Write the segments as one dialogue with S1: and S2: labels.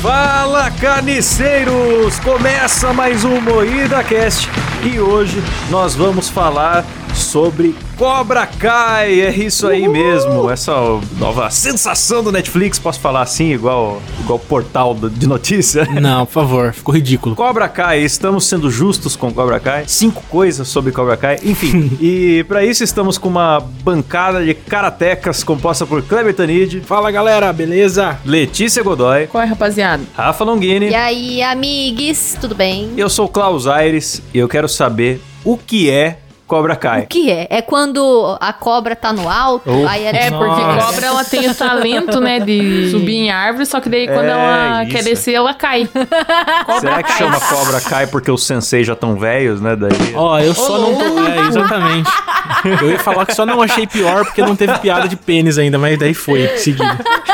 S1: Fala, carniceiros! Começa mais um Moída Cast e hoje nós vamos falar sobre Cobra Kai. É isso aí mesmo, essa nova sensação do Netflix, posso falar assim, igual portal de notícia?
S2: Não, por favor, ficou ridículo.
S1: Cobra Kai, estamos sendo justos com Cobra Kai, 5 coisas sobre Cobra Kai, enfim. E pra isso estamos com uma bancada de karatecas composta por Kleber Tanid.
S2: Fala galera, beleza?
S1: Letícia Godoy.
S3: Qual é, rapaziada?
S1: Rafa Longini.
S4: E aí, amigues, tudo bem?
S1: Eu sou o Klaus Aires e eu quero saber o que é Cobra Kai.
S4: O que é? É quando a cobra tá no alto, aí
S3: É, porque cobra, ela tem o talento, né, de subir em árvore, só que daí quando ela quer descer, ela cai.
S1: Será que chama Cobra Kai porque os sensei já estão velhos, né? Daí...
S2: Ó, eu só não... exatamente. Eu ia falar que só não achei pior porque não teve piada de pênis ainda, mas daí foi, seguindo.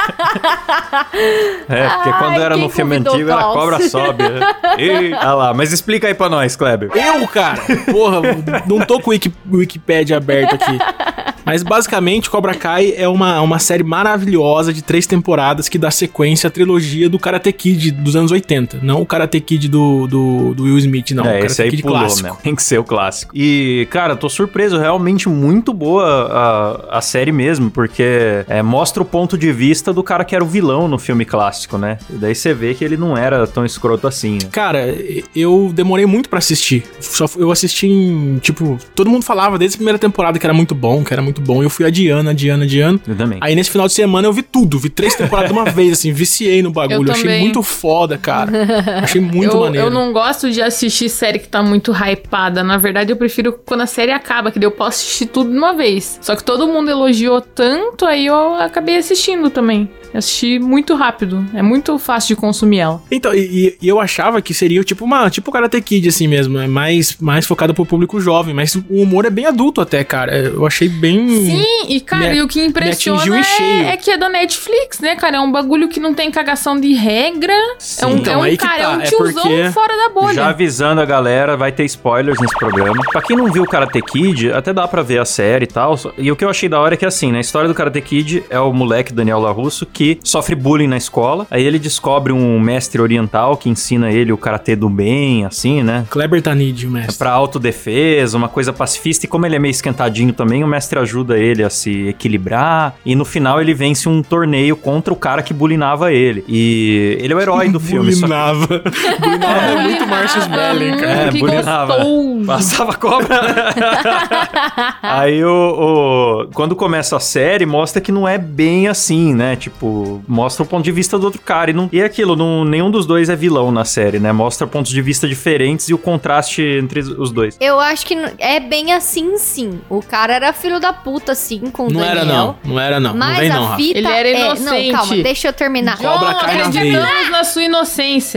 S1: Porque quando era no filme antigo, era Cobra Sobe. Ah lá, mas explica aí pra nós, Kleber.
S2: Eu, cara? Porra, não tô com o Wikipedia aberto aqui. Mas basicamente, Cobra Kai é uma série maravilhosa de 3 temporadas que dá sequência à trilogia do Karate Kid dos anos 80. Não o Karate Kid do Will Smith, não. O Karate
S1: esse aí
S2: Kid
S1: pulou
S2: clássico.
S1: Mesmo. Tem que ser o clássico. E, cara, tô surpreso. Realmente muito boa a série mesmo, porque mostra o ponto de vista do cara que era o vilão no filme clássico, né? E daí você vê que ele não era tão escroto assim. Né?
S2: Cara, eu demorei muito pra assistir. Eu assisti em, tipo... Todo mundo falava desde a primeira temporada que era muito bom, e eu fui adiando.
S1: Eu também.
S2: Aí nesse final de semana eu vi tudo, vi 3 temporadas de uma vez, assim, viciei no bagulho. Eu achei muito foda, cara. Achei muito maneiro.
S3: Eu não gosto de assistir série que tá muito hypada. Na verdade, eu prefiro quando a série acaba, que daí eu posso assistir tudo de uma vez. Só que todo mundo elogiou tanto, aí eu acabei assistindo também. Eu assisti muito rápido. É muito fácil de consumir ela.
S2: Então, e eu achava que seria tipo Karate Kid, assim mesmo. É mais focado pro público jovem. Mas o humor é bem adulto até, cara. Eu achei bem...
S3: Sim, e cara, e o que impressiona é que é da Netflix, né, cara? É um bagulho que não tem cagação de regra.
S1: Sim.
S3: É um tiozão fora da bolha.
S1: Já avisando a galera, vai ter spoilers nesse programa. Pra quem não viu o Karate Kid, até dá pra ver a série e tal. E o que eu achei da hora é que, assim, né, a história do Karate Kid é o moleque Daniel LaRusso que sofre bullying na escola. Aí ele descobre um mestre oriental que ensina ele o karatê do bem, assim, né?
S2: Kleber Tanid, o mestre.
S1: Pra autodefesa, uma coisa pacifista. E como ele é meio esquentadinho também, o mestre ajuda ele a se equilibrar. E no final ele vence um torneio contra o cara que bullyingava ele. E ele é o herói do filme.
S2: Bullyingava é muito Marcius Melling, cara.
S1: Bullyingava. Passava cobra. Aí quando começa a série, mostra que não é bem assim, né? Tipo, mostra o ponto de vista do outro cara. E aquilo, nenhum dos dois é vilão na série, né? Mostra pontos de vista diferentes e o contraste entre os dois.
S4: Eu acho que é bem assim, sim. O cara era filho da puta, assim, com o Daniel.
S2: Não era não.
S4: Mas
S2: não vem, não,
S4: a fita
S3: ele era inocente.
S4: Não, calma, deixa eu terminar.
S2: Cobra Kai na veia.
S3: Acreditamos na sua inocência.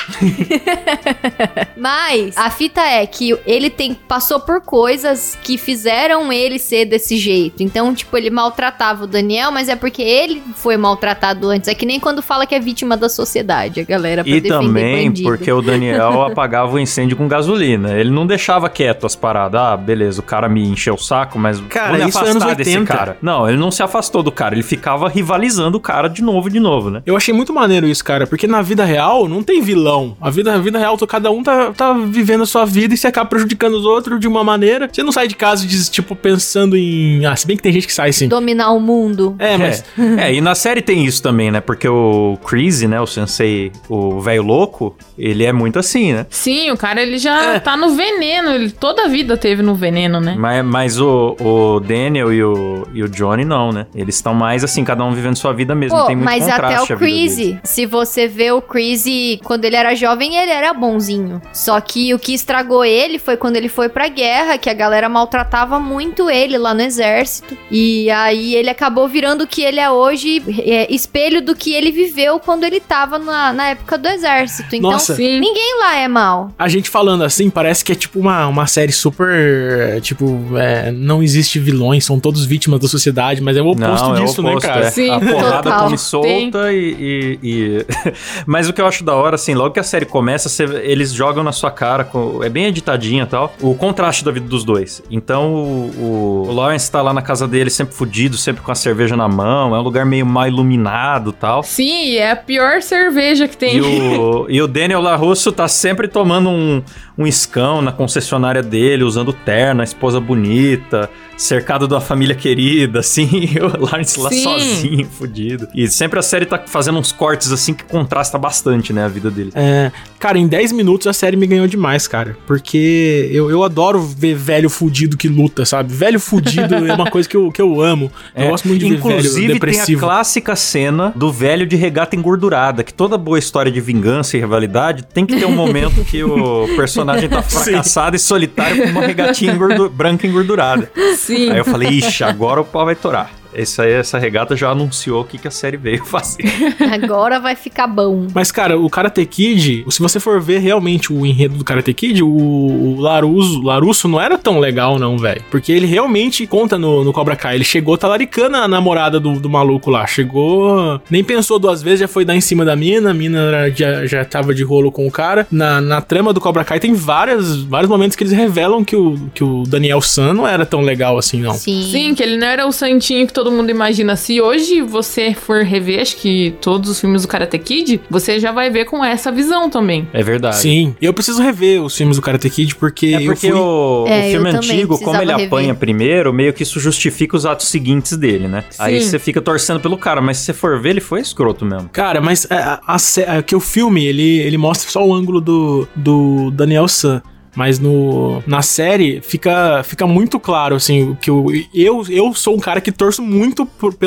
S4: Mas a fita é que ele passou por coisas que fizeram ele ser desse jeito. Então, tipo, ele maltratava o Daniel, mas é porque ele foi maltratado antes. É que nem quando fala que é vítima da sociedade, a galera pra defender
S1: também
S4: bandido.
S1: Porque o Daniel apagava o incêndio com gasolina. Ele não deixava quieto as paradas. Ah, beleza, o cara me encheu o saco, mas
S2: cara,
S1: vou me
S2: isso
S1: afastar
S2: é anos
S1: desse
S2: 80.
S1: cara. Não, ele não se afastou do cara. Ele ficava rivalizando o cara de novo, né?
S2: Eu achei muito maneiro isso, cara, porque na vida real não tem vilão. A vida real, cada um tá vivendo a sua vida e você acaba prejudicando os outros de uma maneira. Você não sai de casa, tipo, pensando em... Ah, se bem que tem gente que sai, sim.
S4: Dominar o mundo.
S2: Mas...
S1: e na série tem isso também, né? Porque o Crazy, né, o sensei, o velho louco, ele é muito assim, né?
S3: Sim, o cara, ele já tá no veneno. Ele toda a vida teve no veneno, né?
S1: Mas o Daniel e o Johnny não, né? Eles estão mais assim, cada um vivendo sua vida mesmo. Tem muito
S4: mas
S1: contraste
S4: até o Crazy, se você vê o Crazy, quando ele era jovem, ele era bonzinho. Só que o que estragou ele foi quando ele foi pra guerra, que a galera maltratava muito ele lá no exército. E aí ele acabou virando o que ele é hoje, espelho do que ele viveu quando ele tava na época do exército. Então,
S2: Nossa,
S4: ninguém lá é mal.
S2: A gente falando assim, parece que é tipo uma série super, tipo, não existe vilões, são todos vítimas da sociedade, mas é o oposto disso, né, cara?
S3: Sim,
S1: a porrada
S4: total.
S1: come solta e... Mas o que eu acho da hora, assim, logo que a série começa, eles jogam na sua cara, é bem editadinha e tal, o contraste da vida dos dois. Então, o Lawrence tá lá na casa dele, sempre fudido, sempre com a cerveja na mão, é um lugar meio mal iluminado e tal.
S3: Sim, é a pior cerveja que tem.
S1: E o Daniel LaRusso tá sempre tomando um escão na concessionária dele, usando terno, a esposa bonita, cercado de uma família querida, assim, e o Lawrence lá sozinho, fudido. E sempre a série tá fazendo uns cortes, assim, que contrasta bastante, né, a vida dele.
S2: Cara, em 10 minutos a série me ganhou demais, cara, porque eu adoro ver velho fudido que luta, sabe? Velho fudido é uma coisa que eu amo. Eu gosto muito de ver velho depressivo.
S1: Inclusive, tem a clássica cena do velho de regata engordurada, que toda boa história de vingança e rivalidade tem que ter um momento que o personagem tá fracassado e solitário com uma regatinha branca engordurada.
S3: Sim.
S1: Aí eu falei, ixi, agora o pau vai torar. Essa regata já anunciou o que a série veio fazer.
S4: Agora vai ficar bom.
S2: Mas, cara, o Karate Kid, se você for ver realmente o enredo do Karate Kid, o Larusso não era tão legal, não, velho. Porque ele realmente conta no Cobra Kai. Ele chegou talaricando a namorada do maluco lá. Chegou, nem pensou duas vezes, já foi dar em cima da mina. A mina já tava de rolo com o cara. Na trama do Cobra Kai tem vários momentos que eles revelam que o Daniel San não era tão legal assim, não.
S3: Sim, que ele não era o santinho que todo mundo imagina. Se hoje você for rever, acho que todos os filmes do Karate Kid, você já vai ver com essa visão também.
S1: É verdade.
S2: Sim, eu preciso rever os filmes do Karate Kid, porque
S1: o filme antigo, como ele apanha primeiro, meio que isso justifica os atos seguintes dele, né? Sim. Aí você fica torcendo pelo cara, mas se você for ver, ele foi escroto mesmo.
S2: Cara, mas que o filme, ele mostra só o ângulo do Daniel San. Mas na série fica muito claro, assim, que eu sou um cara que torço muito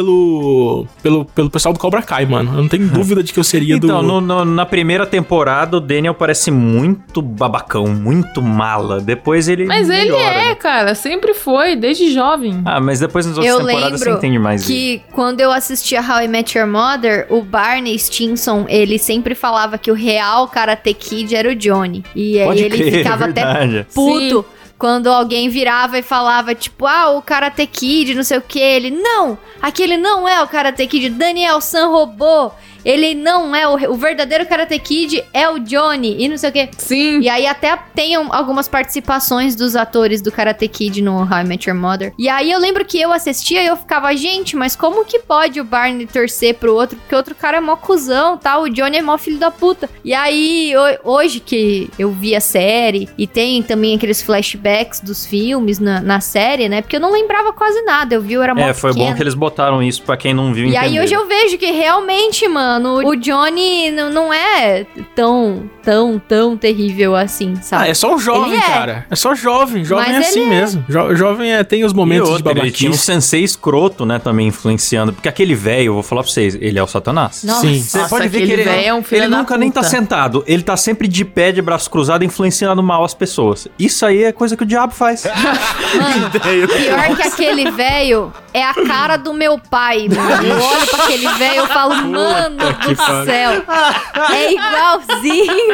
S2: pelo pessoal do Cobra Kai, mano. Eu não tenho dúvida de que eu seria
S1: então, na primeira temporada, o Daniel parece muito babacão, muito mala. Depois ele
S3: Mas ele
S1: melhora,
S3: cara, sempre foi, desde jovem.
S1: Mas depois nas outras temporadas você entende mais
S4: que quando eu assistia How I Met Your Mother, o Barney Stinson, ele sempre falava que o real Karate Kid era o Johnny. E aí ele ficava até puto quando alguém virava e falava, tipo, o Karate Kid, não sei o que. Ele, não, aquele não é o Karate Kid, Daniel San roubou. Ele não é o verdadeiro Karate Kid, é o Johnny, e não sei o que.
S3: Sim.
S4: E aí até tem algumas participações dos atores do Karate Kid no How I Met Your Mother. E aí eu lembro que eu assistia e eu ficava, gente, mas como que pode o Barney torcer pro outro? Porque o outro cara é mó cuzão, tá? O Johnny é mó filho da puta. E aí, hoje que eu vi a série, e tem também aqueles flashbacks dos filmes na série, né? Porque eu não lembrava quase nada, eu vi, eu era mó
S1: foi bom que eles botaram isso pra quem não viu entender.
S4: E aí hoje eu vejo que realmente, mano, o Johnny não é tão terrível assim, sabe?
S2: É só um jovem, cara. É só jovem. Jovem é assim mesmo. Jovem tem os momentos de babaquice.
S1: Ele tinha um sensei escroto, né, também influenciando. Porque aquele velho, eu vou falar pra vocês, ele é o Satanás.
S4: Nossa.
S2: Sim.
S1: Você pode ver que ele
S3: é um filho
S1: ele
S3: da
S1: nunca
S3: puta.
S1: nem tá sentado. Ele tá sempre de pé, de braço cruzado, influenciando mal as pessoas. Isso aí é coisa que o diabo faz.
S4: Mano, pior que aquele velho é a cara do meu pai, mano. Eu olho pra aquele velho e eu falo, mano do céu, é igualzinho.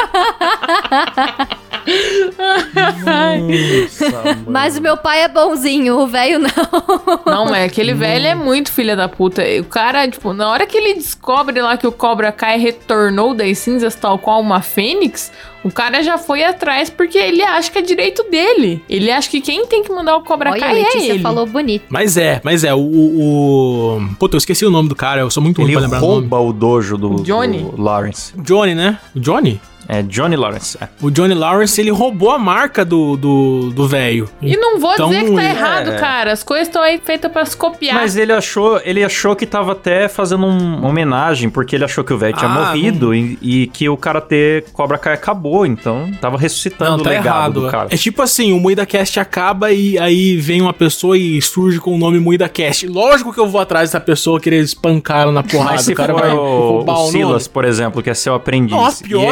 S1: Nossa,
S4: mas o meu pai é bonzinho, o velho não.
S3: Não, aquele velho é muito filha da puta. O cara, tipo, na hora que ele descobre lá que o Cobra Kai retornou das cinzas tal qual uma fênix, o cara já foi atrás porque ele acha que é direito dele. Ele acha que quem tem que mandar o Cobra
S4: Olha,
S3: Kai
S4: Letícia
S3: é ele.
S4: falou bonito.
S2: Mas é. Puta, eu esqueci o nome do cara, eu sou muito ruim pra lembrar o nome.
S1: Ele rouba o dojo do
S3: Johnny.
S1: Lawrence.
S2: Johnny, né? O Johnny?
S1: É, Johnny Lawrence.
S2: O Johnny Lawrence, ele roubou a marca do velho.
S3: E não vou dizer que tá
S2: ele-
S3: errado, cara. As coisas estão aí feitas pra se copiar.
S1: Mas ele achou que tava até fazendo uma homenagem, porque ele achou que o velho tinha morrido e que o Karate Cobra Kai acabou, então tava ressuscitando o legado do cara.
S2: É tipo assim, o Moída Cast acaba e aí vem uma pessoa e surge com o nome Moída Cast. Lógico que eu vou atrás dessa pessoa querer espancar ela na porrada.
S1: Mas se
S2: o cara
S1: for
S2: vai
S1: o
S2: roubar o
S1: Silas,
S2: nome.
S1: por exemplo, que é seu aprendiz,
S2: Nossa, pior
S1: e
S2: ainda.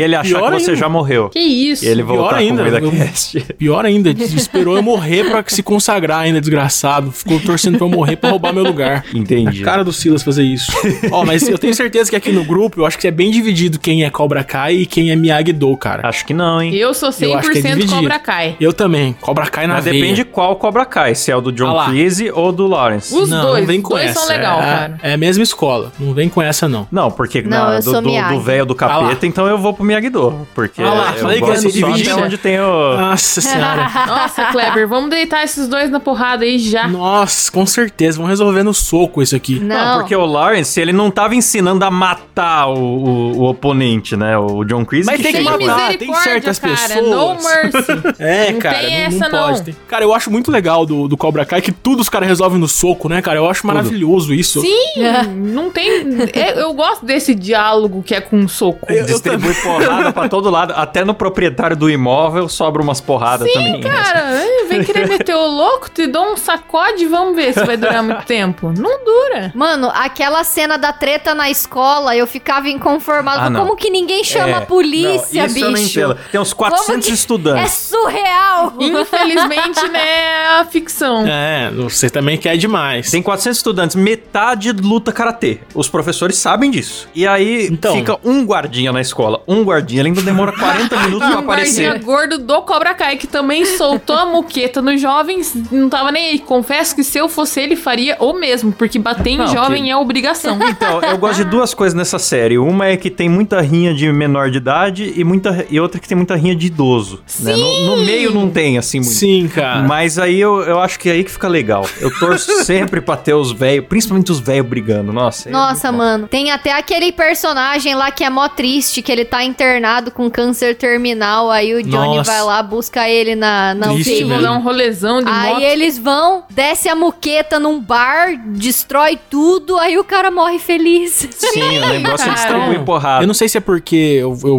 S1: ele achar
S2: Pior
S1: que você
S2: ainda.
S1: já morreu.
S3: Que isso?
S1: E ele
S2: Pior
S1: voltar
S2: ainda,
S1: com o VidaCast.
S2: Pior ainda, esperou eu morrer pra se consagrar ainda, desgraçado. Ficou torcendo pra eu morrer pra roubar meu lugar.
S1: Entendi.
S2: A cara do Silas fazer isso. Ó, mas eu tenho certeza que aqui no grupo, eu acho que é bem dividido quem é Cobra Kai e quem é Miyagi-Do, cara.
S1: Acho que não, hein?
S3: Eu sou
S2: Eu acho que é
S3: 100%
S2: dividido.
S3: Cobra Kai.
S2: Eu também. Cobra Kai na
S1: Mas
S2: veia.
S1: depende qual Cobra Kai, se é o do
S2: Ah
S1: John
S2: lá.
S1: Cleese ou do Lawrence.
S3: Os
S2: não,
S3: dois.
S2: não vem com
S3: Os dois
S2: essa.
S3: são legal, cara.
S2: É a mesma escola. Não vem com essa, não.
S1: Não, porque
S4: Não, eu sou
S1: do
S4: Miyagi.
S1: velho do
S2: Ah lá.
S1: capeta, então eu vou pro Miyagi-Do. Porque
S2: Ah lá,
S1: eu
S2: falei que
S1: gosto
S2: ia ser
S1: só
S2: dividido.
S1: até onde tem o...
S2: Nossa senhora.
S3: Nossa, Kleber, vamos deitar esses dois na porrada aí já.
S2: Nossa, com certeza. Vamos resolver no soco isso aqui.
S4: Não.
S1: porque o Lawrence, ele não tava ensinando a matar o oponente, né? O John Cleese
S2: Mas tem que
S1: chega
S3: Tem
S1: lá.
S2: matar.
S3: misericórdia,
S2: certas
S3: cara.
S2: pessoas.
S3: No mercy.
S2: É,
S3: Não
S2: cara,
S3: tem essa,
S2: pode.
S3: não.
S2: Cara, eu acho muito legal do Cobra Kai que tudo os caras resolvem no soco, né, cara? Eu acho maravilhoso isso.
S3: Sim, não tem... Eu gosto desse diálogo que é com soco.
S1: Distribui porrada pra todo lado. Até no proprietário do imóvel sobra umas porradas também.
S3: Cara, vem querer meter o louco, te dou um sacode e vamos ver se vai durar muito tempo. Não dura.
S4: Mano, aquela cena da treta na escola, eu ficava inconformado.
S1: Ah, não.
S4: Como que ninguém chama a polícia,
S1: não, isso
S4: bicho?
S1: eu não entendo. Tem uns 400
S4: É
S1: estudantes.
S4: surreal!
S3: Infelizmente, né, é a ficção.
S2: É, você também quer demais.
S1: Tem 400 estudantes, metade luta karatê. Os professores sabem disso. E aí
S2: Então.
S1: fica um guardinha na escola. Um guardinha, ele ainda demora 40 minutos pra
S3: Um guardinha
S1: aparecer.
S3: gordo do Cobra Kai, que também soltou a muqueta nos jovens, não tava nem aí. Confesso que se eu fosse ele, faria o mesmo, porque bater em
S1: Não,
S3: jovem
S1: que-
S3: é obrigação.
S1: Então, eu gosto de duas coisas nessa série. Uma é que tem muita rinha de menor de idade e outra que tem muita rinha de idoso. Né? No meio não tem, assim, muito.
S2: Sim, cara.
S1: Mas aí eu acho que é aí que fica legal. Eu torço sempre pra ter os velhos, principalmente os velhos brigando. Nossa.
S4: Nossa, mano. Tem até aquele personagem lá que é mó triste, que ele tá internado com câncer terminal. Aí o Johnny
S2: Nossa.
S4: vai lá, busca ele na
S2: Triste,
S4: UTI.
S3: Vou dar um rolezão de moto.
S4: Aí eles vão, desce a muqueta num bar, destrói tudo, aí o cara morre feliz.
S1: Sim, o negócio é
S3: cara.
S1: distribuir porrada.
S2: Eu não sei se é porque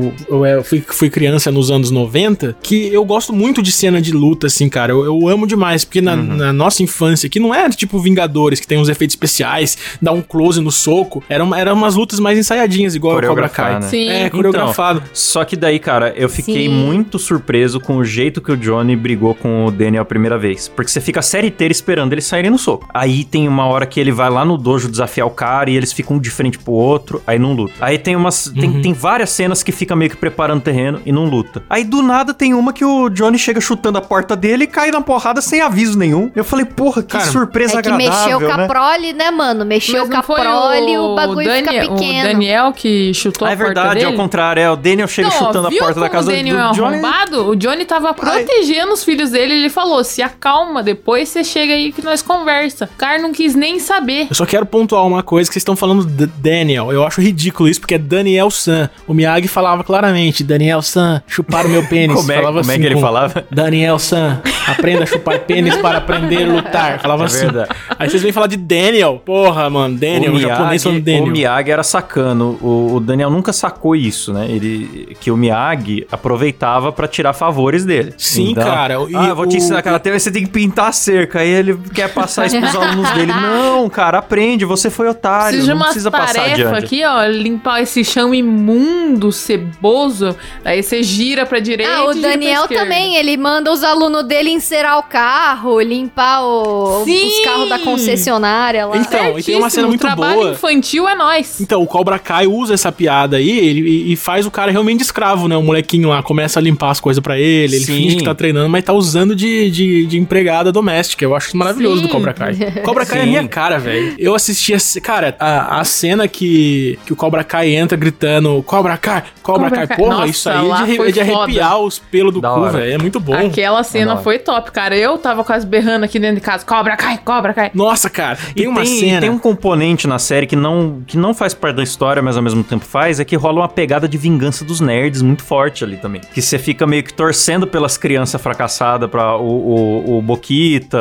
S2: eu fui criança nos anos 90, que eu gosto muito de cena de luta, assim, cara. Eu amo demais, porque na nossa infância, que não era tipo Vingadores, que tem uns efeitos especiais, dá um close no soco, eram umas lutas mais ensaiadinhas, igual o Cobra
S1: Coreografar,
S2: Kai.
S1: né?
S3: Sim.
S2: É, coreografado.
S1: Só que daí, cara, eu fiquei
S4: Sim.
S1: muito surpreso com o jeito que o Johnny brigou com o Daniel a primeira vez. Porque você fica a série inteira esperando eles saírem no soco. Aí tem uma hora que ele vai lá no dojo desafiar o cara e eles ficam um de frente pro outro, aí não luta. Aí tem tem várias cenas que fica meio que preparando o terreno e não luta. Aí do nada tem uma que o Johnny chega chutando a porta dele e cai na porrada sem aviso nenhum. Eu falei, porra, que
S2: Cara,
S1: surpresa
S4: É que
S1: agradável,
S4: mexeu com a
S1: né?
S4: prole, né, mano? Mexeu
S3: Mas
S4: com a
S3: não foi
S4: prole, o bagulho fica
S3: Daniel,
S4: pequeno.
S3: O Daniel que chutou
S1: Ah,
S3: a
S1: é
S3: porta
S1: verdade,
S3: dele?
S1: ao contrário, o Daniel chega
S3: Então, ó,
S1: chutando a
S3: viu
S1: porta da
S3: como
S1: casa
S3: o Daniel
S1: do
S3: é
S1: Johnny.
S3: arrombado? O Johnny tava protegendo os filhos dele, ele falou, se acalma, depois você chega aí que nós conversa. O cara não quis nem saber.
S2: Eu só quero pontuar uma coisa que vocês estão falando de Daniel. Eu acho ridículo isso, porque é Daniel-san. O Miyagi falava claramente, Daniel-san, chupar o meu pênis.
S1: Como é
S2: Falava
S1: que ele
S2: com
S1: falava?
S2: Daniel-san, aprenda a chupar pênis para aprender a lutar. Falava
S1: É
S2: assim.
S1: verdade.
S2: Aí vocês vêm falar de Daniel. Porra, mano, Daniel, o japonês falando Daniel.
S1: O Miyagi era sacano. O Daniel nunca sacou isso, né? Que o Miyagi aproveitava pra tirar favores dele.
S2: Sim, cara. E
S1: eu vou te ensinar karatê, mas você tem que pintar a cerca. Aí ele quer passar isso pros alunos dele. Não, cara, aprende. Você foi otário.
S3: Precisa de
S1: Não
S3: uma
S1: precisa passar
S3: tarefa
S1: adiante.
S3: aqui, ó, limpar esse chão imundo, ceboso. Aí você gira pra direita
S4: Ah, o
S3: e gira pra
S4: Daniel
S3: esquerda.
S4: também, ele manda os alunos dele encerar o carro, limpar
S3: Sim!
S4: os carros da concessionária lá.
S2: Então, e tem uma cena
S3: Certíssimo,
S2: muito
S3: trabalho
S2: boa.
S3: infantil é nóis.
S2: Então, o Cobra Kai usa essa piada aí e faz o cara realmente escravo, né? O molequinho lá começa a limpar as coisas pra ele
S1: Sim.
S2: finge que tá treinando, mas tá usando de empregada doméstica. Eu acho isso maravilhoso
S3: Sim.
S2: do Cobra Kai. Cobra Kai é a
S1: Sim.
S2: minha cara, velho. Eu assisti, cara, a cena que o Cobra Kai entra gritando Cobra Kai, Cobra Kai.
S3: Kai.
S2: Porra,
S3: Nossa,
S2: isso aí
S3: lá
S2: é
S3: foi
S2: de arrepiar os pelos do
S1: Da
S2: cu,
S1: hora.
S2: velho. É muito bom.
S3: Aquela
S1: da
S3: cena
S1: hora.
S3: foi top, cara. Eu tava quase berrando aqui dentro de casa. Cobra Kai, Cobra Kai.
S2: Nossa, cara,
S1: E
S2: tem uma cena...
S1: tem um componente na série que não faz parte da história, mas ao mesmo tempo faz, é que rola uma pegada de vingança dos nerds muito forte ali também. Que você fica meio que torcendo pelas crianças fracassadas pra o Boquita.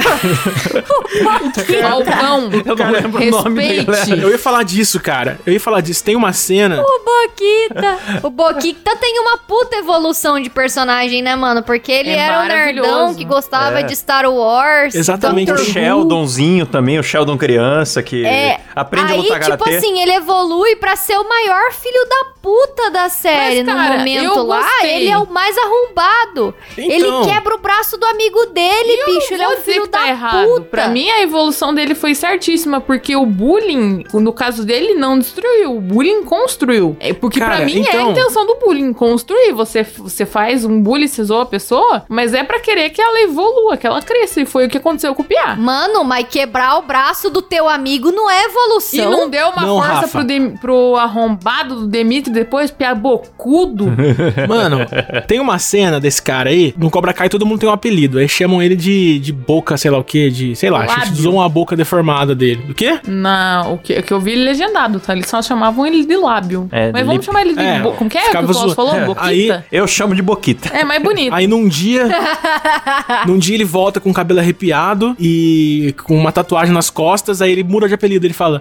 S3: Falcão.
S1: Eu não lembro o nome da galera.
S3: Respeite.
S2: Eu ia falar disso, cara. Eu ia falar disso. Tem uma cena...
S4: O Boquita. O Boquita tem uma puta evolução de personagem, né, mano? Porque ele
S3: É
S4: era um nerdão
S3: maravilhoso.
S4: que gostava
S1: É.
S4: de Star Wars.
S2: Exatamente.
S1: O
S4: Dr. Who.
S1: Sheldonzinho também, o Sheldon criança que
S4: É,
S1: aprende a
S4: aí,
S1: lutar
S4: tipo
S1: karatê.
S4: assim, ele evolui pra ser o maior filho da puta vilã da série.
S3: Mas, cara,
S4: no momento
S3: eu
S4: lá,
S3: gostei.
S4: ele é o mais arrombado.
S2: Então.
S4: Ele quebra o braço do amigo dele, bicho. Ele é um filho da puta.
S3: Pra mim, a evolução dele foi certíssima, porque o bullying, no caso dele, não destruiu. O bullying construiu. É porque
S2: Cara,
S3: pra mim é a
S2: então-
S3: intenção do bullying, construir. Você faz um bullying, você zoa a pessoa, mas é pra querer que ela evolua, que ela cresça. E foi o que aconteceu com o Piá.
S4: Mano, mas quebrar o braço do teu amigo não é evolução.
S3: E não deu uma
S2: Não,
S3: força
S2: Rafa.
S3: pro arrombado do Demetri depois, Piá bocudo.
S2: Mano, tem uma cena desse cara aí, no Cobra Kai todo mundo tem um apelido, aí chamam ele de boca, sei lá o que, sei lá,
S3: Lábio.
S2: acho que usou uma boca deformada dele. Do quê?
S3: Não, o que eu vi ele legendado, tá? Eles só chamavam ele de lábio.
S1: É,
S3: Mas
S1: de
S3: vamos
S1: lip.
S3: chamar ele de...
S2: É,
S3: Como que é que
S2: ficava
S3: o Klaus
S2: zoando.
S3: falou?
S2: É,
S3: Boquita?
S2: aí-
S1: Eu chamo de boquita.
S3: É mais bonito.
S2: Aí num dia ele volta com o cabelo arrepiado e com uma tatuagem nas costas, aí ele muda de apelido, ele fala,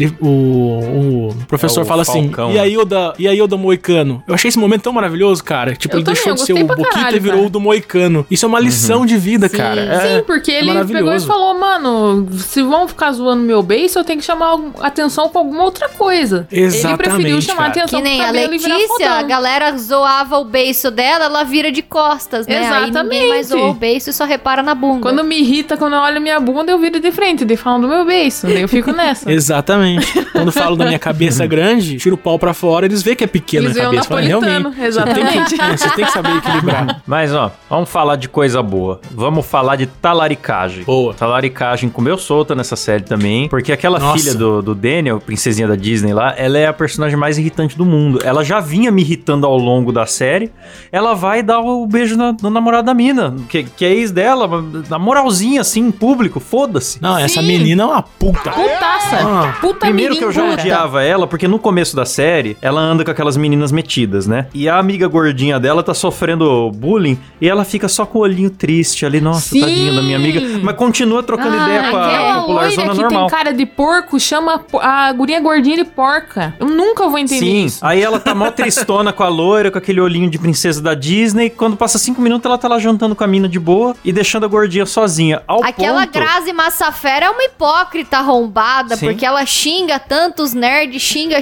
S2: o professor
S1: É o
S2: fala assim,
S1: Falcão,
S2: e aí o do Moicano? Eu achei esse momento tão maravilhoso, cara, tipo,
S3: Eu
S2: ele
S3: também,
S2: deixou
S3: eu
S2: de ser
S3: gostei
S2: o
S3: pra
S2: Boquita
S3: caralho,
S2: e virou
S3: cara.
S2: o do Moicano. Isso é uma lição de vida,
S4: Sim.
S2: cara.
S3: Sim, porque ele pegou e
S2: maravilhoso.
S3: falou, mano, se vão ficar zoando meu beiço, eu tenho que chamar atenção com alguma outra coisa. Ele
S2: Exatamente,
S3: preferiu chamar
S2: cara.
S3: atenção
S4: Que nem
S3: com o
S4: a
S3: cabelo e virar
S4: Letícia, a
S3: fodão.
S4: galera zoava o beiço dela, ela vira de costas, né? Aí ninguém mais
S3: Exatamente.
S4: zoa o beiço e só repara na bunda.
S3: Quando me irrita, quando eu olho minha bunda, eu viro de frente, daí falam do meu beiço, daí eu fico nessa.
S2: Exatamente. Quando falo da minha cabeça grande, tiro o pau pra fora, eles veem que é pequena
S3: Eles
S2: a
S3: veem o
S2: cabeça. Falam,
S3: napolitano,
S2: realmente.
S3: exatamente.
S2: Você tem que saber equilibrar.
S1: Mas, ó, vamos falar de coisa boa. Vamos falar de talaricagem.
S2: Boa.
S1: Talaricagem comeu solta nessa série também, porque aquela
S2: Nossa.
S1: filha do Daniel, princesinha da Disney lá, ela é a personagem mais irritante do mundo. Ela já vinha me irritando ao longo da série. Ela vai dar o beijo no namorado da mina, que é ex dela, na moralzinha, assim, em público, foda-se.
S2: Não, essa
S3: Sim.
S2: menina é uma puta.
S3: Putaça.
S2: Ah,
S3: Puta
S1: Primeiro
S3: mirim,
S1: que eu já
S3: puta.
S1: odiava ela, porque no começo da série, ela anda com aquelas meninas metidas, né? E a amiga gordinha dela tá sofrendo bullying e ela fica só com o olhinho triste ali. Nossa,
S3: Sim.
S1: tadinha da minha amiga. Mas continua trocando ideia com a
S3: Aquela
S1: popular
S3: loira
S1: zona
S3: que
S1: normal.
S3: tem cara de porco chama a guria gordinha de porca. Eu nunca vou entender
S1: Sim,
S3: isso.
S1: aí ela tá mó tristona com a loira, com aquele olhinho de princesa da Disney. Quando passa 5 minutos, ela tá lá jantando com a mina de boa e deixando a gordinha sozinha.
S4: Aquela
S1: ponto...
S4: Grazi Massafera é uma hipócrita arrombada,
S1: Sim.
S4: porque ela xinga tantos nerds, xinga.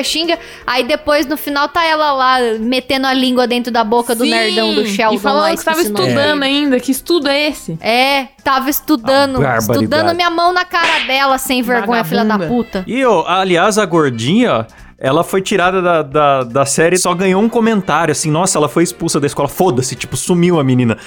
S4: Aí depois, no final, tá ela lá metendo a língua dentro da boca do
S3: Sim,
S4: nerdão do Sheldon.
S3: E falando
S4: lá,
S3: que tava
S4: esqueci o nome
S3: estudando
S4: dele.
S3: ainda. Que estudo é esse?
S4: É, tava estudando.
S1: barbaridade.
S4: Estudando minha mão na cara dela, sem vergonha, filha da
S3: Vagabunda.
S4: puta.
S1: E, aliás, a gordinha, ela foi tirada da série, só ganhou um comentário, assim, nossa, ela foi expulsa da escola, foda-se, tipo, sumiu a menina.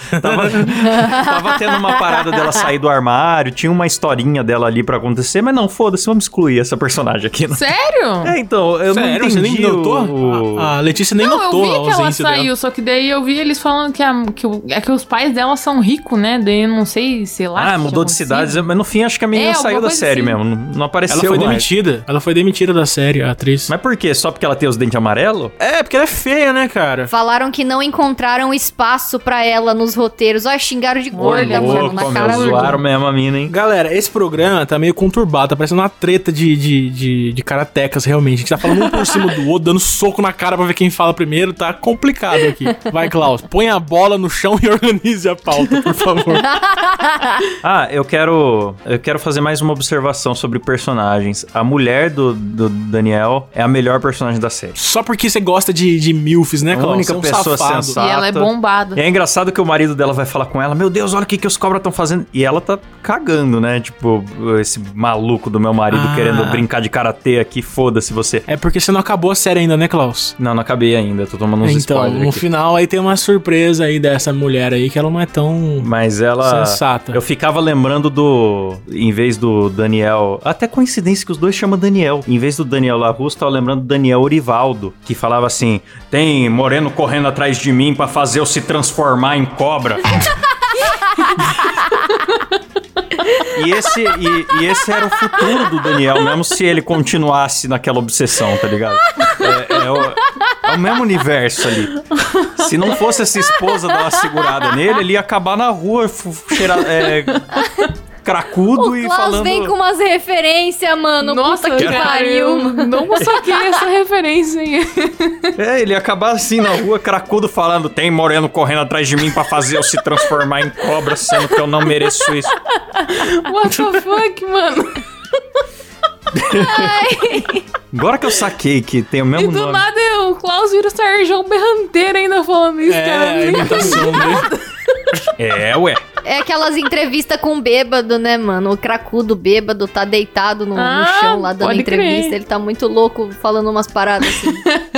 S1: Tava tendo uma parada dela sair do armário, tinha uma historinha dela ali pra acontecer, mas não, foda-se, vamos excluir essa personagem aqui. Né?
S3: Sério?
S1: É, então, eu não
S2: Sério,
S1: entendi
S2: você nem notou?
S1: o...
S2: A Letícia nem
S3: Não,
S2: notou
S3: eu vi
S2: a
S3: que ela
S2: ausência
S3: saiu,
S2: dela.
S3: só que daí eu vi eles falando que os pais dela são ricos, né? Daí eu não sei, sei lá. o que
S1: Ah, mudou de
S3: tinha
S1: cidades,
S3: acontecido.
S1: mas no fim acho que a menina
S3: alguma
S1: saiu da
S3: coisa
S1: série
S3: assim.
S1: mesmo, não apareceu
S2: Ela foi
S1: mais.
S2: demitida. Ela foi demitida da série, a atriz.
S1: Mas por quê? Só porque ela tem os dentes amarelos?
S2: É, porque ela é feia, né, cara?
S4: Falaram que não encontraram espaço pra ela nos roteiros. Ó, xingaram de gorda,
S3: louco,
S4: mano, na
S1: meu,
S4: cara do...
S1: zoaram mesmo a mina, hein?
S2: Galera, esse programa tá meio conturbado, tá parecendo uma treta de karatecas, realmente. A gente tá falando um por cima do outro, dando soco na cara pra ver quem fala primeiro, tá complicado aqui. Vai, Klaus, põe a bola no chão e organize a pauta, por favor.
S1: Ah, eu quero fazer mais uma observação sobre personagens. A mulher do Daniel é a melhor personagem da série.
S2: Só porque você gosta de milfs, né,
S1: A
S2: Klaus?
S1: única
S2: Você é um
S1: pessoa
S2: safado.
S1: sensata.
S3: E ela é bombada.
S1: E é engraçado que o marido dela vai falar com ela, meu Deus, olha o que os cobras estão fazendo. E ela tá cagando, né? Tipo, esse maluco do meu marido
S2: Ah.
S1: querendo brincar de karatê aqui, foda-se você.
S2: É porque você não acabou a série ainda, né, Klaus?
S1: Não acabei ainda, tô tomando uns
S2: Então,
S1: spoilers
S2: no
S1: aqui.
S2: final aí tem uma surpresa aí dessa mulher aí, que ela não é tão
S1: Mas ela...
S2: sensata.
S1: Eu ficava lembrando em vez do Daniel... Até coincidência que os dois chamam Daniel. Em vez do Daniel LaRusso, tava lembrando do Daniel Orivaldo, que falava assim, tem moreno correndo atrás de mim pra fazer eu se transformar em cobra. E esse era o futuro do Daniel, mesmo se ele continuasse naquela obsessão, tá ligado? É o mesmo universo ali. Se não fosse essa esposa dar uma segurada nele, ele ia acabar na rua, cracudo
S4: O
S1: e
S4: Klaus
S1: falando...
S4: vem com umas referências, mano.
S3: Nossa,
S4: puta que
S3: cara,
S4: pariu.
S3: eu não saquei essa referência aí.
S1: Ele ia acabar assim na rua, cracudo, falando, tem moreno correndo atrás de mim pra fazer eu se transformar em cobra, sendo que eu não mereço isso.
S3: What the fuck, mano?
S1: Agora que eu saquei que tem o
S3: E
S1: mesmo
S3: do
S1: nome.
S3: nada Klaus vira o Sérgio Berranteiro ainda falando isso, cara.
S2: É, a imitação dele.
S1: Ué.
S4: É aquelas entrevistas com bêbado, né, mano? O cracudo bêbado tá deitado no chão lá dando
S3: pode
S4: entrevista.
S3: crer.
S4: Ele tá muito louco falando umas paradas assim.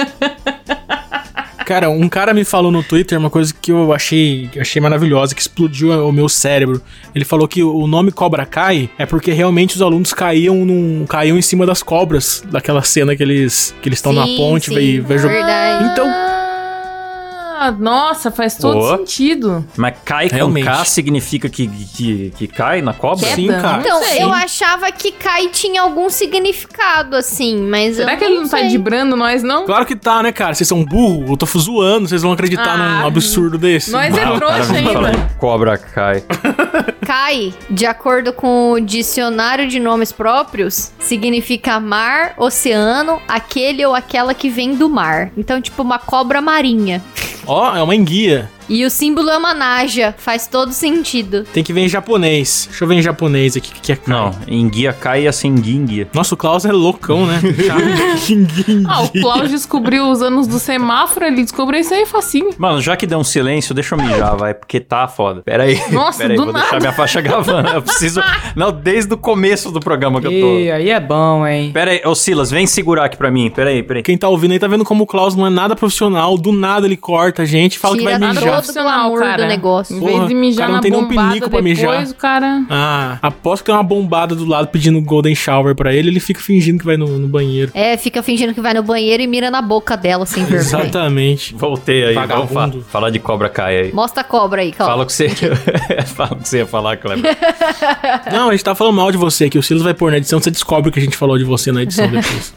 S2: Cara, um cara me falou no Twitter uma coisa que eu achei maravilhosa, que explodiu o meu cérebro. Ele falou que o nome Cobra Kai é porque realmente os alunos caíam em cima das cobras, daquela cena que eles estão na ponte e vejam.
S4: Verdade.
S2: Então,
S3: Nossa, faz todo sentido.
S1: Mas cai
S2: Realmente.
S1: com K significa que cai na cobra?
S3: Queda?
S2: sim, cara.
S4: Então,
S3: sei.
S4: eu achava que Kai tinha algum significado, assim, mas
S3: Será
S4: eu
S3: que ele não tá
S4: sei.
S3: dibrando nós, não?
S2: Claro que tá, né, cara? Vocês são burros, eu tô zoando, vocês vão acreditar num absurdo desse.
S3: Nós é
S1: Ah, o cara
S3: trouxa
S1: vem falar
S3: ainda.
S1: que cobra cai.
S4: Kai, de acordo com o dicionário de nomes próprios, significa mar, oceano, aquele ou aquela que vem do mar. Então, tipo, uma cobra marinha.
S2: Ó, é uma enguia.
S4: E o símbolo é uma naja, faz todo sentido.
S2: Tem que ver em japonês. Deixa eu ver em japonês aqui o que é Kai.
S1: Não, em guia cai assim, guia.
S2: Nossa, o Klaus é loucão, né?
S3: Ah, o Klaus descobriu os anos do semáforo, ele descobriu isso aí facinho.
S1: Mano, já que deu um silêncio, deixa eu mijar, vai, porque tá foda. Pera aí.
S3: Nossa,
S1: Pera aí,
S3: do
S1: vou
S3: nada.
S1: deixar minha faixa gravando. Eu preciso... Não, desde o começo do programa que eu tô...
S5: E aí é bom, hein?
S1: Pera aí, ô Silas, vem segurar aqui pra mim. Pera aí.
S2: Quem tá ouvindo aí tá vendo como o Klaus não é nada profissional. Do nada ele corta a gente e fala que
S4: Tira
S2: vai mijar.
S4: todo o glamour do negócio.
S3: Em
S2: Porra,
S3: vez de
S2: o
S3: mijar
S2: cara não
S3: na
S2: tem nem um
S3: bombada
S2: pinico pra
S3: depois,
S2: mijar.
S3: o cara...
S2: Ah, aposto que tem uma bombada do lado pedindo Golden Shower pra ele fica fingindo que vai no banheiro.
S4: É, fica fingindo que vai no banheiro e mira na boca dela, sem vergonha.
S2: Exatamente.
S1: Voltei aí, vamos
S2: Vagabundo.
S1: falar de cobra cai aí.
S4: Mostra a cobra aí, calma.
S1: Fala o que você... Fala o que você ia falar, Kleber.
S2: Não, a gente tá falando mal de você aqui. O Silas vai pôr na edição, você descobre o que a gente falou de você na edição depois.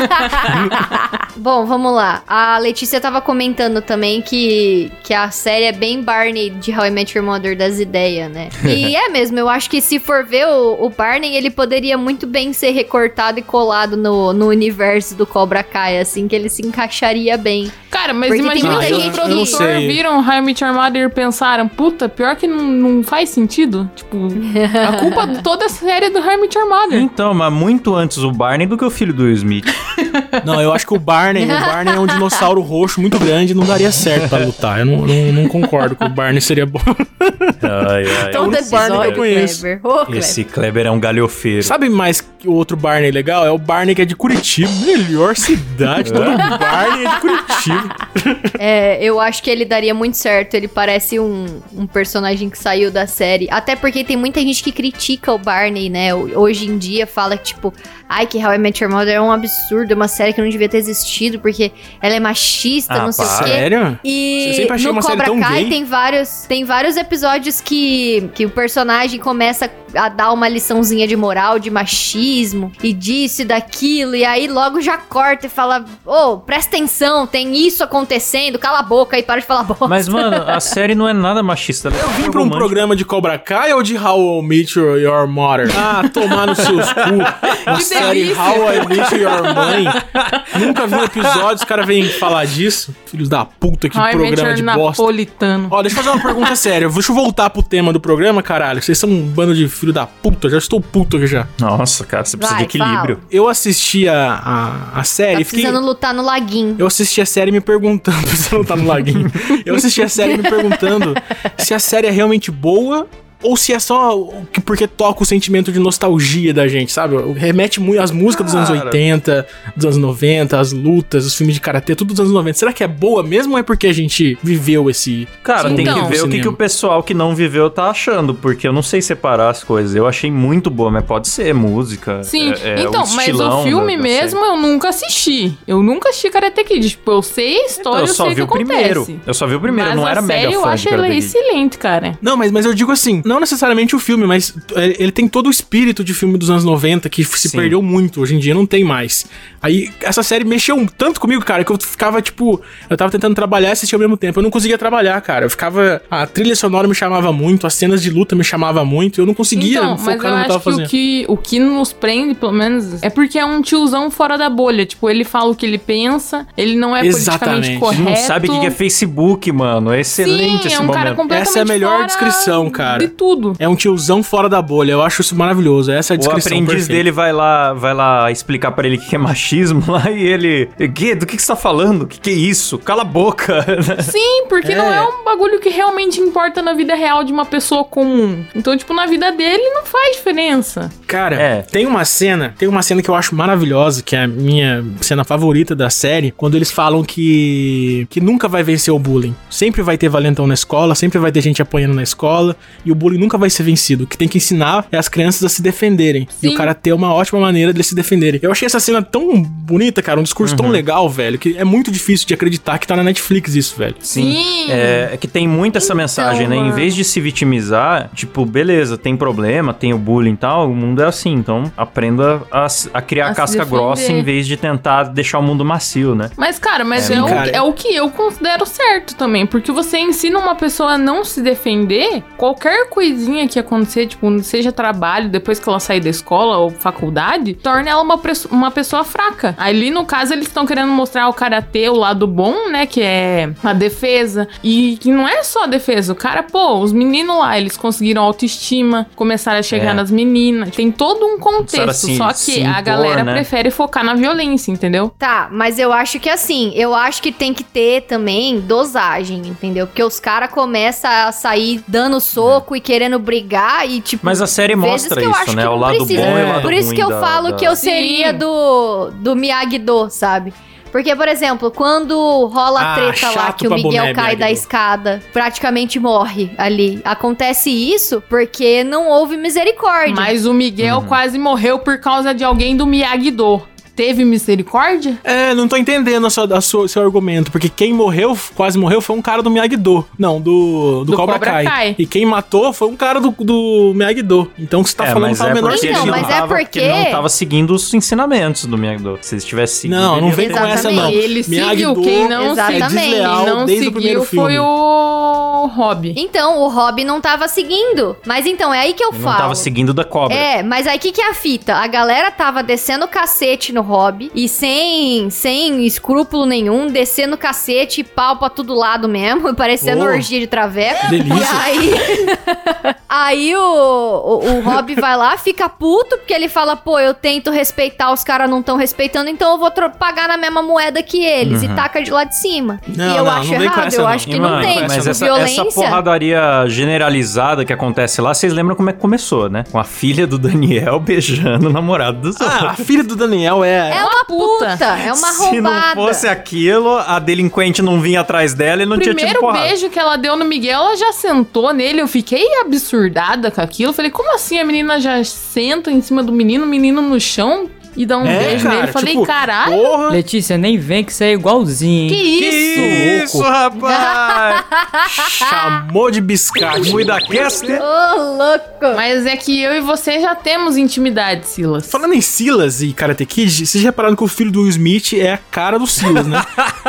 S4: Bom, vamos lá. A Letícia tava comentando também que a série é bem Barney de How I Met Your Mother das ideias, né? E é mesmo, eu acho que se for ver o Barney, ele poderia muito bem ser recortado e colado no universo do Cobra Kai, assim, que ele se encaixaria bem.
S3: Cara, mas
S4: Porque tem
S3: imagina
S4: muita
S3: que os
S4: gente que-
S2: eu não
S3: produtores
S2: sei.
S3: viram How I Met Your Mother e pensaram, puta, pior que não faz sentido. Tipo, a culpa de toda a série é do How I Met Your Mother.
S1: Então, mas muito antes o Barney do que o filho do Will Smith.
S2: Não, eu acho que o Barney é um dinossauro roxo muito grande e não daria certo pra lutar. Eu não concordo que o Barney seria bom.
S1: Ai, ai.
S2: Todo
S4: Todo
S2: Barney que eu conheço.
S4: Kleber. Ô, Kleber.
S1: Esse Kleber é um galhofeiro.
S2: Sabe mais que o outro Barney legal? É o Barney que é de Curitiba. Melhor cidade. Todo Barney é de Curitiba.
S4: É, eu acho que ele daria muito certo. Ele parece um personagem que saiu da série. Até porque tem muita gente que critica o Barney, né? Hoje em dia fala que, tipo, ai, que How I Met Your Mother é um absurdo, é uma série que não devia ter existido, porque ela é machista, não sei o quê.
S2: Sério?
S4: E
S2: Eu sempre achei
S4: no
S2: uma série
S4: Cobra
S2: tão
S4: Kai
S2: gay.
S4: tem vários episódios que o personagem começa a dar uma liçãozinha de moral, de machismo, e disso e daquilo, e aí logo já corta e fala, ô, presta atenção, tem isso acontecendo, cala a boca e para de falar bosta.
S1: Mas, mano, a série não é nada machista.
S2: Eu vim pra um programa de Cobra Kai ou de How I Met Your Mother? Ah, tomar nos seus cu. A
S3: Que
S2: série
S3: delícia.
S2: How I Met Your Mãe. Nunca vi um episódio, os caras vêm falar disso. Filhos da puta, que
S3: How I Met
S2: programa
S3: Your
S2: de bosta.
S3: Napolitano.
S2: Ó, deixa eu fazer uma pergunta séria. Deixa eu voltar pro tema do programa, caralho. Vocês são um bando de filho da puta. Já estou puto aqui já.
S1: Nonossa, cara, você precisa
S4: Vai,
S1: de equilíbrio.
S2: Eu assisti a série
S4: Tá
S2: e fiquei...
S4: precisando lutar no laguinho.
S2: Eu assisti a série me perguntando... Você não tá no laguinho. Eu assisti a série me perguntando se a série é realmente boa ou se é só porque toca o sentimento de nostalgia da gente, sabe? Remete muito às músicas dos anos
S1: Cara.
S2: 80, dos anos 90, as lutas, os filmes de karatê, tudo dos anos 90. Será que é boa mesmo ou é porque a gente viveu esse...
S1: Cara, tem
S3: Então.
S1: que ver o que o pessoal que não viveu tá achando, porque eu não sei separar as coisas. Eu achei muito boa, mas pode ser música.
S3: Sim, então,
S1: o
S3: mas
S1: estilão
S3: o filme
S1: da
S3: mesmo eu nunca assisti. Eu nunca assisti Karate Kid. Tipo, eu sei a
S1: Então,
S3: história,
S1: eu só
S3: sei
S1: vi
S3: o
S1: o
S3: que
S1: primeiro.
S3: acontece.
S1: Eu só vi o primeiro,
S3: Mas
S1: eu não era
S3: a
S1: mega
S3: série eu
S1: fã
S3: acho
S1: de
S3: ela
S1: Karate Kid.
S3: excelente, cara.
S2: Não, mas eu digo assim, não necessariamente o filme, mas ele tem todo o espírito de filme dos anos 90 que se
S1: Sim.
S2: perdeu muito, hoje em dia não tem mais. Aí, essa série mexeu tanto comigo, cara, que eu ficava, tipo, eu tava tentando trabalhar e assistir ao mesmo tempo. Eu não conseguia trabalhar, cara. Eu ficava, a trilha sonora me chamava muito, as cenas de luta me chamavam muito, eu não conseguia
S3: Então, mas
S2: focar
S3: eu
S2: no que eu
S3: acho
S2: tava
S3: que
S2: fazendo.
S3: o que nos prende, pelo menos, é porque é um tiozão fora da bolha. Tipo, ele fala o que ele pensa, ele não é
S2: Exatamente.
S3: politicamente correto.
S1: Ele não sabe o que é Facebook, mano. É excelente
S3: Sim,
S1: esse
S3: é um cara
S1: momento.
S3: completamente
S2: Essa é a melhor
S3: fora
S2: descrição, cara.
S3: de tudo. tudo.
S2: É um tiozão fora da bolha. Eu acho isso maravilhoso. Essa é a
S1: O
S2: descrição
S1: aprendiz
S2: perfeita.
S1: dele vai lá explicar pra ele o que é machismo lá e ele... Do que você tá falando? O que é isso? Cala a boca.
S3: Sim, porque não é um bagulho que realmente importa na vida real de uma pessoa comum. Então, tipo, na vida dele não faz diferença.
S2: Cara, tem uma cena que eu acho maravilhosa, que é a minha cena favorita da série, quando eles falam que nunca vai vencer o bullying. Sempre vai ter valentão na escola, sempre vai ter gente apanhando na escola, e o bullying nunca vai ser vencido. O que tem que ensinar é as crianças a se defenderem.
S3: Sim.
S2: E o cara ter uma ótima maneira de se defenderem. Eu achei essa cena tão bonita, cara, um discurso tão legal, velho, que é muito difícil de acreditar que tá na Netflix isso, velho.
S3: Sim.
S1: É que tem muito essa mensagem, né? Em
S3: mano.
S1: vez de se vitimizar, tipo, beleza, tem problema, tem o bullying e tal, o mundo é assim. Então, aprenda a criar
S3: A se
S1: casca
S3: defender.
S1: grossa em vez de tentar deixar o mundo macio, né?
S3: Mas, cara,
S2: cara.
S3: é o que eu considero certo também. Porque você ensina uma pessoa a não se defender, qualquer coisinha que acontecer, tipo, seja trabalho, depois que ela sair da escola ou faculdade, torna ela uma pessoa fraca. Ali, no caso, eles estão querendo mostrar o karatê, o lado bom, né? Que é a defesa. E que não é só a defesa. O cara, os meninos lá, eles conseguiram autoestima, começaram a chegar nas meninas. Tem todo um contexto.
S1: Assim,
S3: Só
S1: se
S3: que a
S1: impor,
S3: galera
S1: né?
S3: prefere focar na violência, entendeu?
S4: Tá, mas eu acho que assim, eu acho que tem que ter também dosagem, entendeu? Porque os caras começam a sair dando soco e querendo brigar e tipo...
S1: Mas a série
S4: vezes
S1: mostra
S4: que eu
S1: isso,
S4: acho
S1: né?
S4: que
S1: O
S4: não
S1: lado
S4: precisa.
S1: bom e o lado
S4: Por isso
S1: ruim
S4: que eu
S1: da-
S4: falo
S1: da-
S4: que eu seria
S3: Sim.
S4: do Miyagi-Do, sabe? Porque, por exemplo, quando rola a treta lá
S2: chato
S4: que o
S2: pra
S4: Miguel
S2: boné,
S4: cai da
S2: Miyagi-Do.
S4: escada, praticamente morre ali. Acontece isso porque não houve misericórdia.
S3: Mas o Miguel
S1: Uhum.
S3: quase morreu por causa de alguém do Miyagi-Do. Teve misericórdia?
S2: Não tô entendendo seu argumento, porque quem quase morreu, foi um cara do Miyagi-Do. Não, do Cobra Kai. E quem matou foi um cara do Miyagi-Do. Então o que você tá falando
S1: mas
S2: faz o menor
S1: porque
S4: Então,
S1: ele
S2: sentido.
S1: não
S4: mas é
S1: tava-
S4: porque-
S1: ele não tava seguindo os ensinamentos do Miyagi-Do. Se eles tivessem seguido...
S2: Não, não
S1: ele-
S2: vem com essa, não.
S3: Ele seguiu.
S2: Miyagi-Do
S3: Quem não
S4: Exatamente.
S2: é desleal
S3: Quem não
S2: desde o primeiro
S3: seguiu foi
S2: filme.
S3: o Hobby.
S4: Então, o Rob não tava seguindo. Mas então, é aí que eu
S1: Ele
S4: falo.
S1: não tava seguindo da cobra.
S4: Mas aí que é a fita? A galera tava descendo o cacete no Rob e sem escrúpulo nenhum, descendo o cacete e pau pra todo lado mesmo, parecendo
S2: Oh.
S4: orgia de traveco.
S2: Delícia.
S4: E aí... aí o Rob vai lá, fica puto, porque ele fala, eu tento respeitar, os caras não estão respeitando, então eu vou pagar na mesma moeda que eles. E taca de lá de cima.
S2: Não,
S4: e eu
S2: não,
S4: acho
S2: não vem com
S4: errado,
S2: essa,
S4: eu
S2: não.
S4: acho que
S1: E,
S4: não
S1: mano,
S4: tem.
S1: mas
S4: Tipo,
S1: essa
S4: violência...
S1: porradaria generalizada que acontece lá, vocês lembram como é que começou, né? Com a filha do Daniel beijando o namorado dos outros.
S2: A filha do Daniel
S4: É uma puta, é uma
S1: Se não
S4: arrombada.
S1: fosse aquilo, a delinquente não vinha atrás dela e não tinha tido
S3: Primeiro
S1: porrada.
S3: beijo que ela deu no Miguel, ela já sentou nele. Eu fiquei absurdada com aquilo. Falei, como assim a menina já senta em cima do menino, o menino no chão e dá um beijo nele? Falei,
S2: tipo,
S3: caralho.
S2: Porra.
S5: Letícia, nem vem que você é igualzinho,
S3: Que
S5: hein?
S3: isso?
S1: Isso, rapaz!
S2: Chamou de biscate.
S1: Muida Caster.
S4: Ô, louco.
S3: Mas é que eu e você já temos intimidade, Silas.
S2: Falando em Silas e Karate Kid, vocês já repararam que o filho do Will Smith é a cara do Silas, né?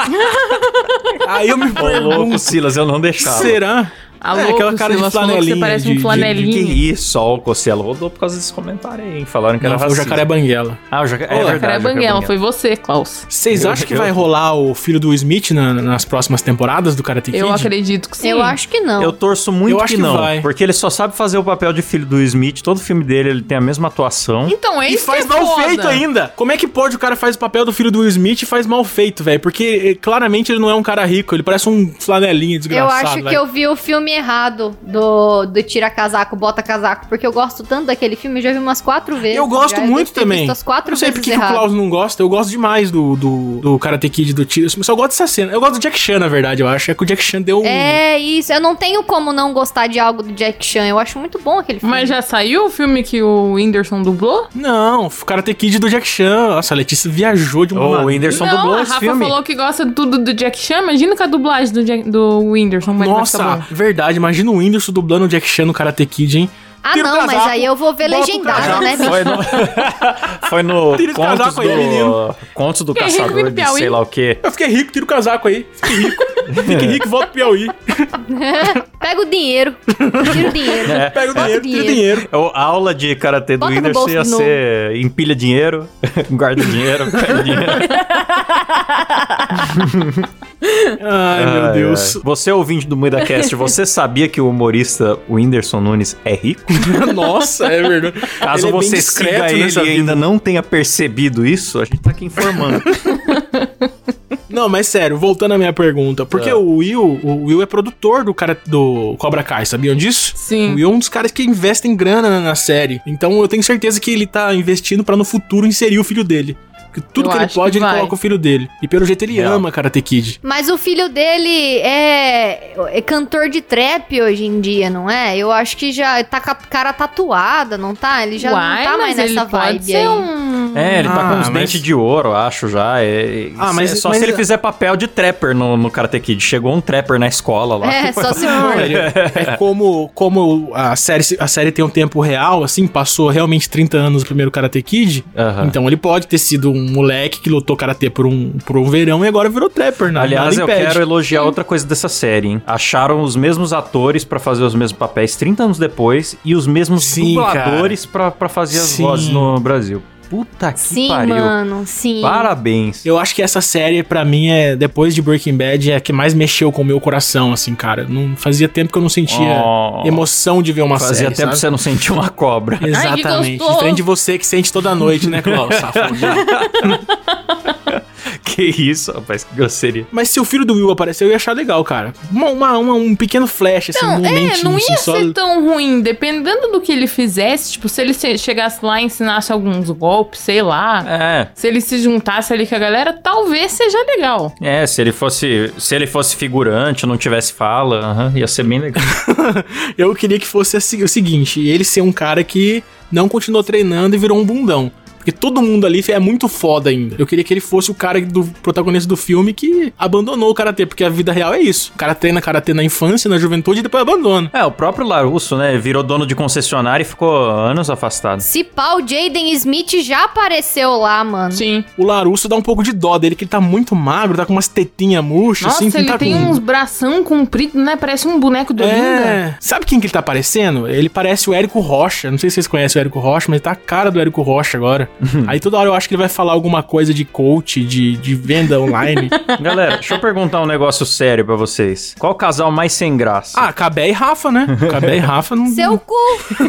S2: Aí eu me
S1: Ô, louco,
S2: pergunto,
S1: Silas, eu não deixava.
S2: será?
S3: Alô,
S2: aquela cara de
S3: Silas, falou que você
S2: flanelinha,
S3: parece
S2: de-
S3: um
S2: de-
S1: Que
S3: flanelinha.
S1: isso, ó, o Cossielo rodou por causa desses comentários aí, hein? Falaram que
S2: Não,
S1: era
S2: foi o
S1: racista.
S2: Jacaré Banguela.
S1: Ah, o Jacaré...
S2: Ô,
S1: É
S3: Cara,
S1: verdade,
S3: Banguela,
S1: Jacaré
S3: foi você, Klaus.
S2: Vocês
S1: Eu-
S2: acham que
S1: eu-
S2: vai rolar o filho do Will Smith nas próximas temporadas do Karate Kid?
S3: Eu acredito que sim.
S4: Eu acho que não.
S1: Eu torço muito
S2: Eu acho
S1: que
S2: que
S1: não,
S2: vai.
S1: porque ele só sabe fazer o papel de filho do Will Smith. Todo filme dele, ele tem a mesma atuação.
S3: Então, é
S2: E
S3: isso
S2: faz
S3: que é
S2: mal
S3: foda.
S2: feito ainda. Como é que pode o cara faz o papel do filho do Will Smith e faz mal feito, velho? Porque claramente ele não é um cara rico, ele parece um flanelinha
S4: Eu
S2: desgraçado.
S4: acho que
S2: velho.
S4: eu vi o filme errado do Tira Casaco, Bota Casaco, porque eu gosto tanto daquele filme, eu já vi umas 4 vezes.
S2: Eu gosto
S4: já,
S2: muito
S4: devo ter
S2: também.
S4: visto as 4
S2: Não sei
S4: vezes
S2: porque que o
S4: errado.
S2: Klaus não gosta. Eu gosto demais do Karate Kid do Tiro. Eu só gosto dessa cena. Eu gosto do Jack Chan, na verdade, eu acho. É que o Jack Chan deu um...
S4: É isso, eu não tenho como não gostar de algo do Jack Chan, eu acho muito bom aquele filme.
S3: Mas já saiu o filme que o Whindersson dublou?
S2: Não, o Karate Kid do Jack Chan. Nossa, a Letícia viajou de uma
S1: Ô, o
S2: maneira.
S1: Whindersson
S3: Não,
S1: dublou
S3: a
S1: esse
S3: Rafa
S1: filme.
S3: falou que gosta de tudo do Jack Chan. Imagina com a dublagem do Whindersson. Como é que vai ficar
S2: Nossa,
S3: bom.
S2: verdade. Imagina o Whindersson dublando o Jack Chan no Karate Kid, hein?
S4: Ah,
S2: Tira o
S4: não, mas
S2: casaco,
S4: aí eu vou ver
S2: bota o
S4: legendado,
S2: casaco.
S4: né, bicho?
S1: Foi no
S2: Tira esse
S1: Contos
S2: casaco aí, menino.
S1: Contos do
S3: Fiquei rico
S1: Caçador
S3: no
S1: de
S3: Piauí.
S1: sei lá o quê.
S2: Eu fiquei rico, tira o casaco aí. Fiquei rico. Fique rico e volta pro Piauí.
S4: Pega o dinheiro, tira o dinheiro.
S2: Pega o
S4: Bota
S2: dinheiro, tira o dinheiro.
S1: A aula de Karatê do
S4: Bota no
S1: Whindersson
S4: bolso
S1: ia
S4: de novo.
S1: ser empilha dinheiro, guarda dinheiro, pega dinheiro.
S2: Ai, meu Deus.
S1: Você, ouvinte do MuidaCast, você sabia que o humorista Whindersson Nunes é rico?
S2: Nossa, é verdade.
S1: Caso
S2: Ele é bem
S1: você
S2: discreto
S1: siga ele
S2: nessa
S1: e ainda
S2: vida.
S1: não tenha percebido isso, a gente tá aqui informando.
S2: Não, mas sério, voltando à minha pergunta. Porque o Will é produtor do Cobra Kai, sabiam disso?
S3: Sim.
S2: O Will é um dos caras que investem grana na série. Então eu tenho certeza que ele tá investindo pra no futuro inserir o filho dele. Porque tudo
S3: Eu
S2: que ele
S3: acho
S2: pode,
S3: que
S2: ele
S3: vai.
S2: coloca o filho dele. E pelo jeito ele
S1: Real.
S2: ama Karate Kid.
S4: Mas o filho dele é cantor de trap hoje em dia, não é? Eu acho que já tá com a cara tatuada, não tá? Ele já
S3: Uai,
S4: não tá mais
S3: mas ele
S4: nessa
S3: pode
S4: vibe
S3: ser
S4: aí.
S1: Ele tá com uns
S2: mas-
S1: dentes de ouro, eu acho, já.
S2: mas-
S1: Só
S2: mas-
S1: se ele fizer papel de trapper no Karate Kid. Chegou um trapper na escola lá.
S4: É, só se
S2: Não,
S4: for.
S2: é como a série tem um tempo real, assim, passou realmente 30 anos o primeiro Karate Kid.
S1: Aham.
S2: Então ele pode ter sido um moleque que lutou Karatê por um verão e agora virou trapper, né?
S1: Aliás,
S2: Nada
S1: eu
S2: impede.
S1: quero elogiar outra coisa dessa série, hein? Acharam os mesmos atores pra fazer os mesmos papéis 30 anos depois e os mesmos
S2: Sim,
S1: dubladores pra fazer as
S2: Sim.
S1: vozes no Brasil. Puta que
S4: Sim,
S1: pariu.
S4: mano, sim.
S1: Parabéns.
S2: Eu acho que essa série, pra mim, depois de Breaking Bad, é a que mais mexeu com o meu coração, assim, cara. Não fazia tempo que eu não sentia
S1: Oh.
S2: emoção de ver uma série,
S1: Fazia tempo
S2: sabe?
S1: que você não sentiu uma cobra.
S2: Exatamente.
S3: gostoso.
S2: Diferente de você que sente toda noite, né, Klaus? Safado.
S1: Que isso, rapaz, que grosseria.
S2: Mas se o filho do Will aparecer, eu ia achar legal, cara. Um pequeno flash, assim, um momentinho,
S3: não ia
S2: assim, só...
S3: ser tão ruim, dependendo do que ele fizesse, tipo, se ele chegasse lá e ensinasse alguns golpes, sei lá, se ele se juntasse ali com a galera, talvez seja legal.
S1: Se ele fosse figurante, não tivesse fala, ia ser bem legal.
S2: Eu queria que fosse o seguinte, ele ser um cara que não continuou treinando e virou um bundão. Porque todo mundo ali é muito foda ainda. Eu queria que ele fosse o cara do protagonista do filme que abandonou o karatê, porque a vida real é isso. O cara treina karatê na infância, na juventude e depois abandona.
S1: O próprio LaRusso, né, virou dono de concessionária e ficou anos afastado.
S4: Se pá, o Jaden Smith já apareceu lá, mano.
S3: Sim.
S2: O LaRusso dá um pouco de dó dele, que ele tá muito magro, tá com umas tetinhas murchas,
S3: Nossa,
S2: assim. que
S3: ele
S2: tá
S3: tem
S2: com...
S3: uns bração comprido, né? Parece um boneco do Linda.
S2: Sabe quem que ele tá parecendo? Ele parece o Érico Rocha. Não sei se vocês conhecem o Érico Rocha, mas ele tá a cara do Érico Rocha agora. Aí toda hora eu acho que ele vai falar alguma coisa de coach, de venda online.
S1: Galera, deixa eu perguntar um negócio sério pra vocês. Qual o casal mais sem graça?
S2: Ah, Cabé e Rafa, né? Cabé e Rafa não...
S4: Seu cu.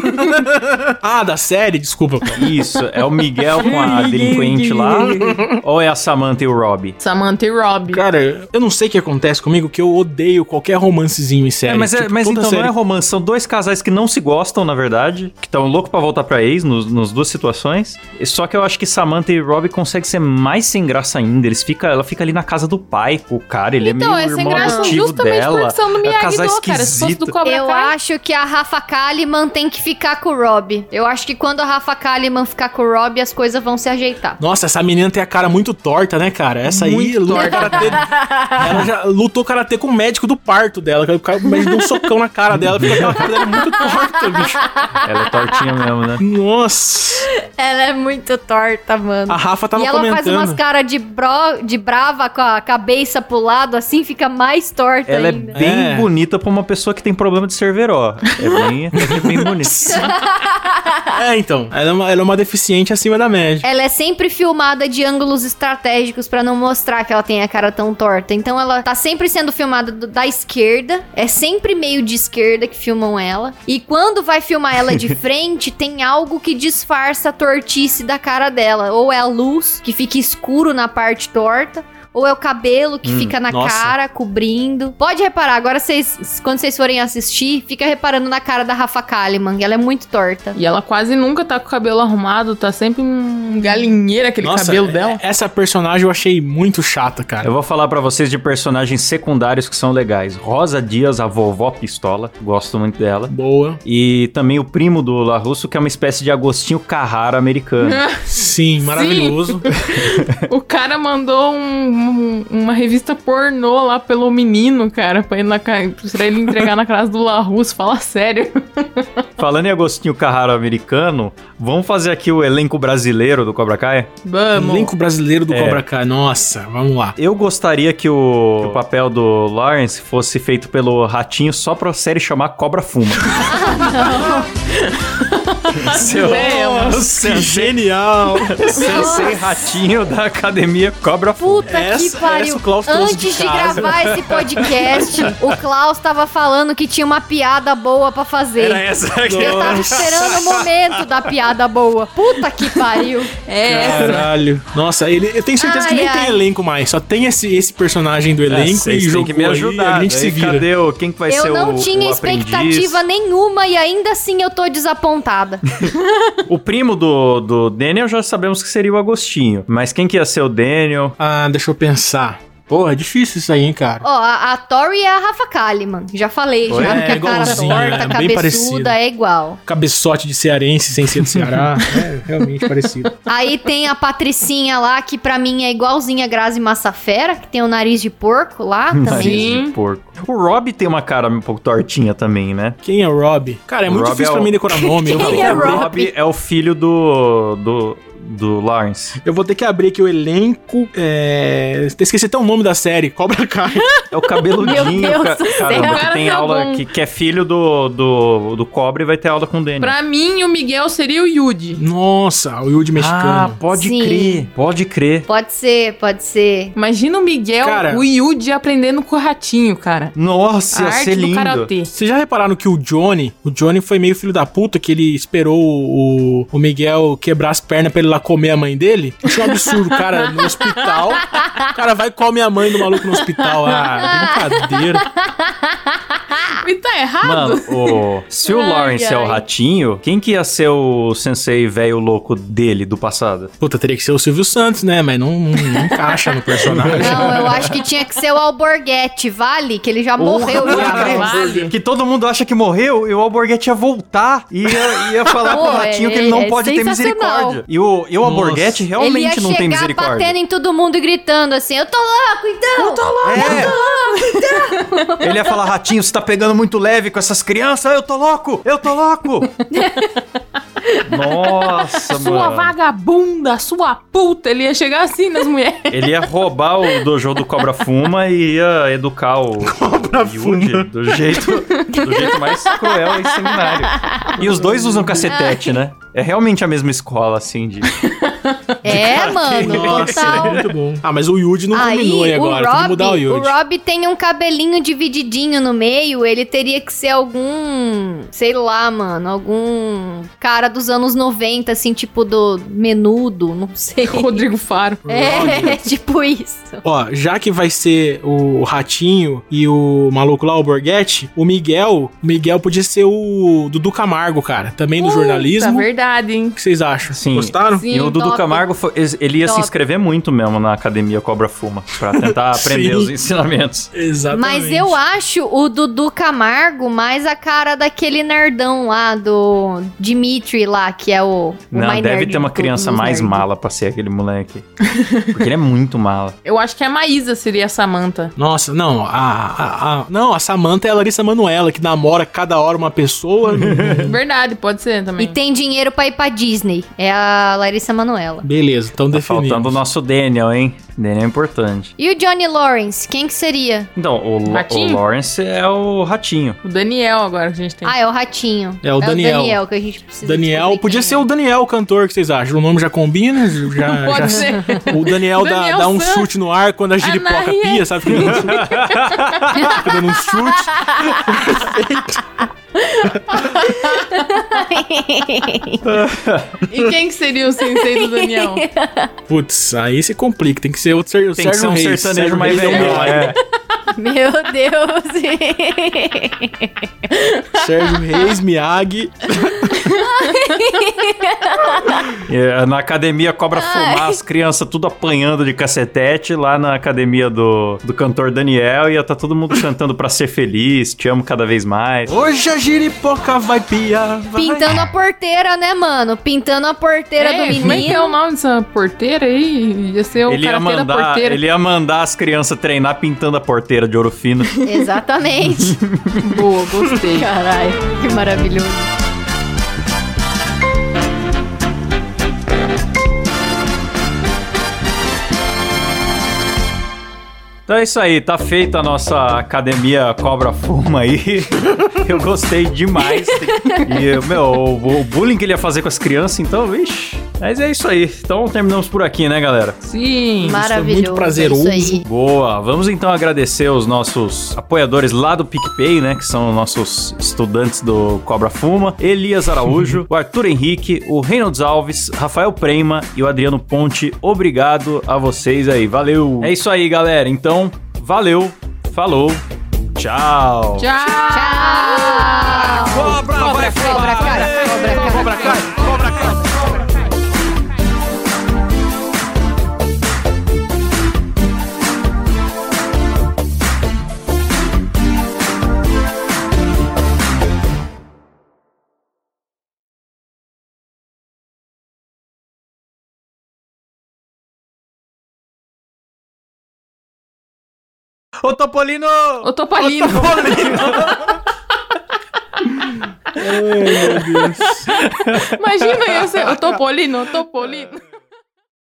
S2: Ah, da série? Desculpa.
S1: Isso, é o Miguel com a delinquente lá? Ou é a Samantha e o Robbie?
S3: Samantha e Robbie.
S2: Cara, eu não sei o que acontece comigo, que eu odeio qualquer romancezinho em série.
S1: Mas
S2: Tipo,
S1: mas
S2: toda
S1: então
S2: série...
S1: não é romance, são dois casais que não se gostam, na verdade, que estão loucos pra voltar pra ex nas duas situações. Só que eu acho que Samantha e Robbie conseguem ser mais sem graça ainda. Ela fica ali na casa do pai com o cara, ele
S3: Então,
S1: é meio
S3: é sem
S1: irmão
S3: graça
S1: adotivo
S3: justamente
S1: dela.
S3: por questão do
S1: É
S3: Miyagi-Do,
S1: casal
S3: cara. Se fosse do
S1: esquisito.
S3: Cobra
S4: Eu
S3: Kai...
S4: acho que a Rafa Kalimann tem que ficar com o Rob. Eu acho que quando a Rafa Kalimann ficar com o Rob, as coisas vão se ajeitar.
S2: Nossa, essa menina tem a cara muito torta, né, cara? Essa aí
S3: Muito
S2: luta karatê. Ela já lutou karatê com o médico do parto dela. O médico deu um socão na cara dela. Fica aquela cara dela muito torta, bicho.
S1: Ela é tortinha mesmo, né?
S2: Nossa.
S4: Ela é muito torta, mano.
S2: A Rafa tava
S4: E ela
S2: comentando.
S4: faz umas caras de brava com a cabeça pro lado, assim, fica mais torta
S1: Ela é
S4: ainda.
S1: bem bonita pra uma pessoa que tem problema de cerveró. É bem bonita.
S2: Então. Ela é uma deficiente acima da média.
S4: Ela é sempre filmada de ângulos estratégicos pra não mostrar que ela tem a cara tão torta. Então ela tá sempre sendo filmada da esquerda. É sempre meio de esquerda que filmam ela. E quando vai filmar ela de frente, tem algo que disfarça a tortice da cara dela. Ou é a luz, que fica escuro na parte torta. Ou é o cabelo que fica na
S2: nossa.
S4: cara, cobrindo. Pode reparar, agora quando vocês forem assistir, fica reparando na cara da Rafa Kalimann. Ela é muito torta.
S3: E ela quase nunca tá com o cabelo arrumado, tá sempre um galinheiro aquele cabelo dela.
S2: Essa personagem eu achei muito chata, cara.
S1: Eu vou falar pra vocês de personagens secundários que são legais. Rosa Dias, a vovó pistola. Gosto muito dela.
S2: Boa.
S1: E também o primo do LaRusso, que é uma espécie de Agostinho Carrara americano.
S2: Sim, maravilhoso.
S3: O cara mandou uma revista pornô lá pelo menino, cara, pra ele entregar na casa do LaRusso. Fala sério.
S1: Falando em Agostinho Carrara americano, vamos fazer aqui o elenco brasileiro do Cobra Kai?
S3: Vamos.
S2: Elenco brasileiro do Cobra Kai. Nossa, vamos lá.
S1: Eu gostaria que o papel do Lawrence fosse feito pelo Ratinho só pra série chamar Cobra Fuma.
S2: Nossa, que genial.
S1: Sensei Ratinho da Academia Cobra Fu.
S4: Puta que pariu.
S2: o Klaus trouxe
S4: Antes de
S2: casa.
S4: gravar esse podcast, o Klaus tava falando que tinha uma piada boa pra fazer.
S1: Era essa aqui.
S4: Eu tava esperando o momento da piada boa. Puta que pariu.
S2: Caralho. Nossa, eu tenho certeza que nem tem elenco mais. Só tem esse personagem do elenco e
S1: Vocês têm
S2: jogou
S1: que me ajudar.
S2: aí, a gente se vira.
S1: Cadê quem que vai ser
S4: Eu
S1: o
S4: não tinha
S1: o
S4: expectativa
S1: aprendiz?
S4: nenhuma e ainda assim eu tô desapontada.
S1: O primo do Daniel já sabemos que seria o Agostinho. Mas quem que ia ser o Daniel?
S2: Ah, deixa eu pensar. Porra, é difícil isso aí, hein, cara.
S4: Ó, a Tori é a Rafa Kalimann. Já falei,
S1: Oi?
S4: já que a cara
S2: igualzinho,
S4: torta,
S2: é bem parecido.
S4: cabeçuda é igual.
S2: Cabeçote de cearense sem ser do Ceará. É realmente parecido.
S4: Aí tem a Patricinha lá, que pra mim é igualzinha a Grazi Massafera, que tem o nariz de porco lá também.
S1: Nariz de porco. O Rob tem uma cara um pouco tortinha também, né?
S2: Quem é o Rob? Cara, é
S1: O
S2: muito
S1: Rob
S2: difícil
S1: é
S2: pra
S1: o-
S2: mim decorar nome.
S4: Quem é
S1: O
S4: Rob?
S1: Rob é o filho do Lawrence.
S2: Eu vou ter que abrir aqui o elenco. Esqueci até o nome da série. Cobra Kai.
S1: É o cabeludinho,
S4: Meu Deus do céu.
S1: caramba, que
S3: Cara,
S1: tem
S3: tá
S1: aula,
S3: bom.
S1: que é filho do Cobra e vai ter aula com o Daniel.
S3: Pra mim, o Miguel seria o Yuji.
S2: Nossa, o Yudi mexicano.
S1: pode
S4: Sim.
S1: crer, pode crer.
S4: Pode ser.
S3: Imagina o Miguel,
S2: Cara.
S3: o Yuji aprendendo com o ratinho, cara.
S1: Nossa,
S3: A
S1: ia ser
S3: arte do
S1: lindo.
S3: karatê.
S2: Vocês já repararam que o Johnny foi meio filho da puta, que ele esperou o Miguel quebrar as pernas pra ele ir lá comer a mãe dele? Achei um absurdo, cara, no hospital. O cara vai e come a mãe do maluco no hospital. Ah, brincadeira.
S3: E tá errado?
S1: Mano, se o
S4: Ai,
S1: Lawrence é o
S4: ai.
S1: ratinho, quem que ia ser o sensei velho louco dele, do passado?
S2: Puta, teria que ser o Silvio Santos, né? Mas não encaixa no personagem.
S4: Não, eu acho que tinha que ser o Alborguete, vale? Que ele já morreu
S1: Porra,
S4: já.
S3: vale.
S4: Vale.
S1: Que todo mundo acha que morreu e o Alborguete ia voltar e ia falar
S4: Pô,
S1: pro ratinho que ele não
S4: é
S1: pode ter
S4: sensacional.
S1: misericórdia. E o Alborguete
S4: Ele ia
S1: realmente não tem
S4: chegar
S1: misericórdia.
S4: batendo em todo mundo e gritando assim, eu tô louco, então! Eu tô louco!
S1: Ele ia falar, ratinho, você tá pegando muito leve com essas crianças? Eu tô louco! Nossa,
S3: Sua
S1: mano.
S3: vagabunda, sua puta. Ele ia chegar assim nas mulheres.
S1: Ele ia roubar o dojo do Cobra Fuma e ia educar o Yuji do jeito mais cruel e sanguinário. E os dois usam cacetete, né? É realmente a mesma escola, assim, de...
S4: É, mano,
S2: Nossa,
S4: total.
S2: é muito bom. Ah, mas o Yudi não combinou aí agora. Tem que mudar o Yudi.
S4: Rob tem um cabelinho divididinho no meio, ele teria que ser algum, sei lá, mano, algum cara dos anos 90, assim, tipo do Menudo, não sei.
S3: Rodrigo Faro.
S4: É, tipo isso.
S2: Ó, já que vai ser o Ratinho e o maluco lá, o Borghetti, o Miguel podia ser o Dudu Camargo, cara. Também do
S3: Tá
S2: jornalismo.
S3: verdade, hein?
S2: O que vocês acham?
S1: Sim.
S2: Gostaram?
S3: Sim.
S1: E o Dudu
S4: top.
S1: Camargo, ele ia se
S4: Top.
S1: inscrever muito mesmo na Academia Cobra Fuma, pra tentar aprender
S2: Sim.
S1: os ensinamentos.
S2: Exatamente.
S4: Mas eu acho o Dudu Camargo mais a cara daquele nerdão lá do Dimitri lá, que é o
S1: Não,
S4: mais
S1: deve
S4: nerd
S1: ter uma
S4: do-
S1: criança
S4: dos
S1: mais
S4: nerds.
S1: mala pra ser aquele moleque. Porque ele é muito mala.
S3: Eu acho que a Maísa seria a Samantha.
S2: Nossa, não, não, a Samantha é a Larissa Manoela, que namora cada hora uma pessoa.
S3: Verdade, pode ser
S4: E
S3: também.
S4: tem dinheiro pra ir pra Disney. É a Larissa Manoela.
S2: Beleza, então
S1: Tá
S2: definimos.
S1: faltando o nosso Daniel, hein? Daniel é importante.
S4: E o Johnny Lawrence, quem que seria?
S1: Então, o
S3: Ratinho?
S1: Lawrence é o ratinho.
S3: O Daniel agora que a gente tem.
S4: Ah, é o Ratinho.
S2: É o Daniel.
S4: Que a gente precisa
S2: Daniel,
S4: descobrir
S2: podia
S4: quem
S2: ser
S4: é.
S2: o Daniel, o cantor, que vocês acham? O nome já combina? Já,
S3: Pode
S2: já-
S3: ser.
S2: O Daniel,
S3: Daniel
S2: dá um
S3: San.
S2: chute no ar quando a giripoca
S3: Anaia.
S2: pia, sabe? Fica dando um chute. Fica dando um chute.
S3: E quem que seria o sensei do Daniel?
S2: Putz, aí se complica. Tem que ser outro
S1: Tem que ser
S2: Sérgio
S1: um
S2: Reis.
S1: sertanejo
S2: Sérgio
S1: mais
S2: Reis é o
S1: velho.
S2: melhor.
S1: É.
S4: Meu Deus.
S2: Sérgio Reis, Miyagi.
S1: É, na academia Cobra Fumar, as crianças tudo apanhando de cacetete. Lá na academia do cantor Daniel, ia tá todo mundo cantando pra ser feliz, te amo cada vez mais.
S2: Hoje a giripoca vai piar. vai.
S4: Pintando a porteira, né, mano? Pintando a porteira do menino.
S3: Como é que é o nome dessa porteira aí? Ia ser o karatê da porteira.
S1: Ele ia mandar as crianças treinar pintando a porteira de ouro fino.
S4: Exatamente.
S3: Boa, gostei.
S4: Caralho, que maravilhoso.
S1: Então é isso aí, tá feita a nossa academia Cobra Fuma aí. Eu gostei demais. E, o bullying que ele ia fazer com as crianças, então, vixe. Mas é isso aí. Então terminamos por aqui, né, galera?
S3: Sim.
S4: Maravilhoso.
S2: muito prazeroso.
S4: é isso aí.
S1: Boa. Vamos então agradecer os nossos apoiadores lá do PicPay, né? Que são nossos estudantes do Cobra Fuma. Elias Araújo, o Arthur Henrique, o Reynolds Alves, Rafael Prema e o Adriano Ponte. Obrigado a vocês aí. Valeu. É isso aí, galera. Então, valeu. Falou. Tchau.
S3: Tchau.
S1: Cobra, vai,
S4: Cobra, cara. Cobra, cara.
S1: Cobra, cara. Ô, Topolino!
S3: Ô, Topolino.
S2: Ai, meu Deus.
S3: Imagina esse. Ô, Topolino.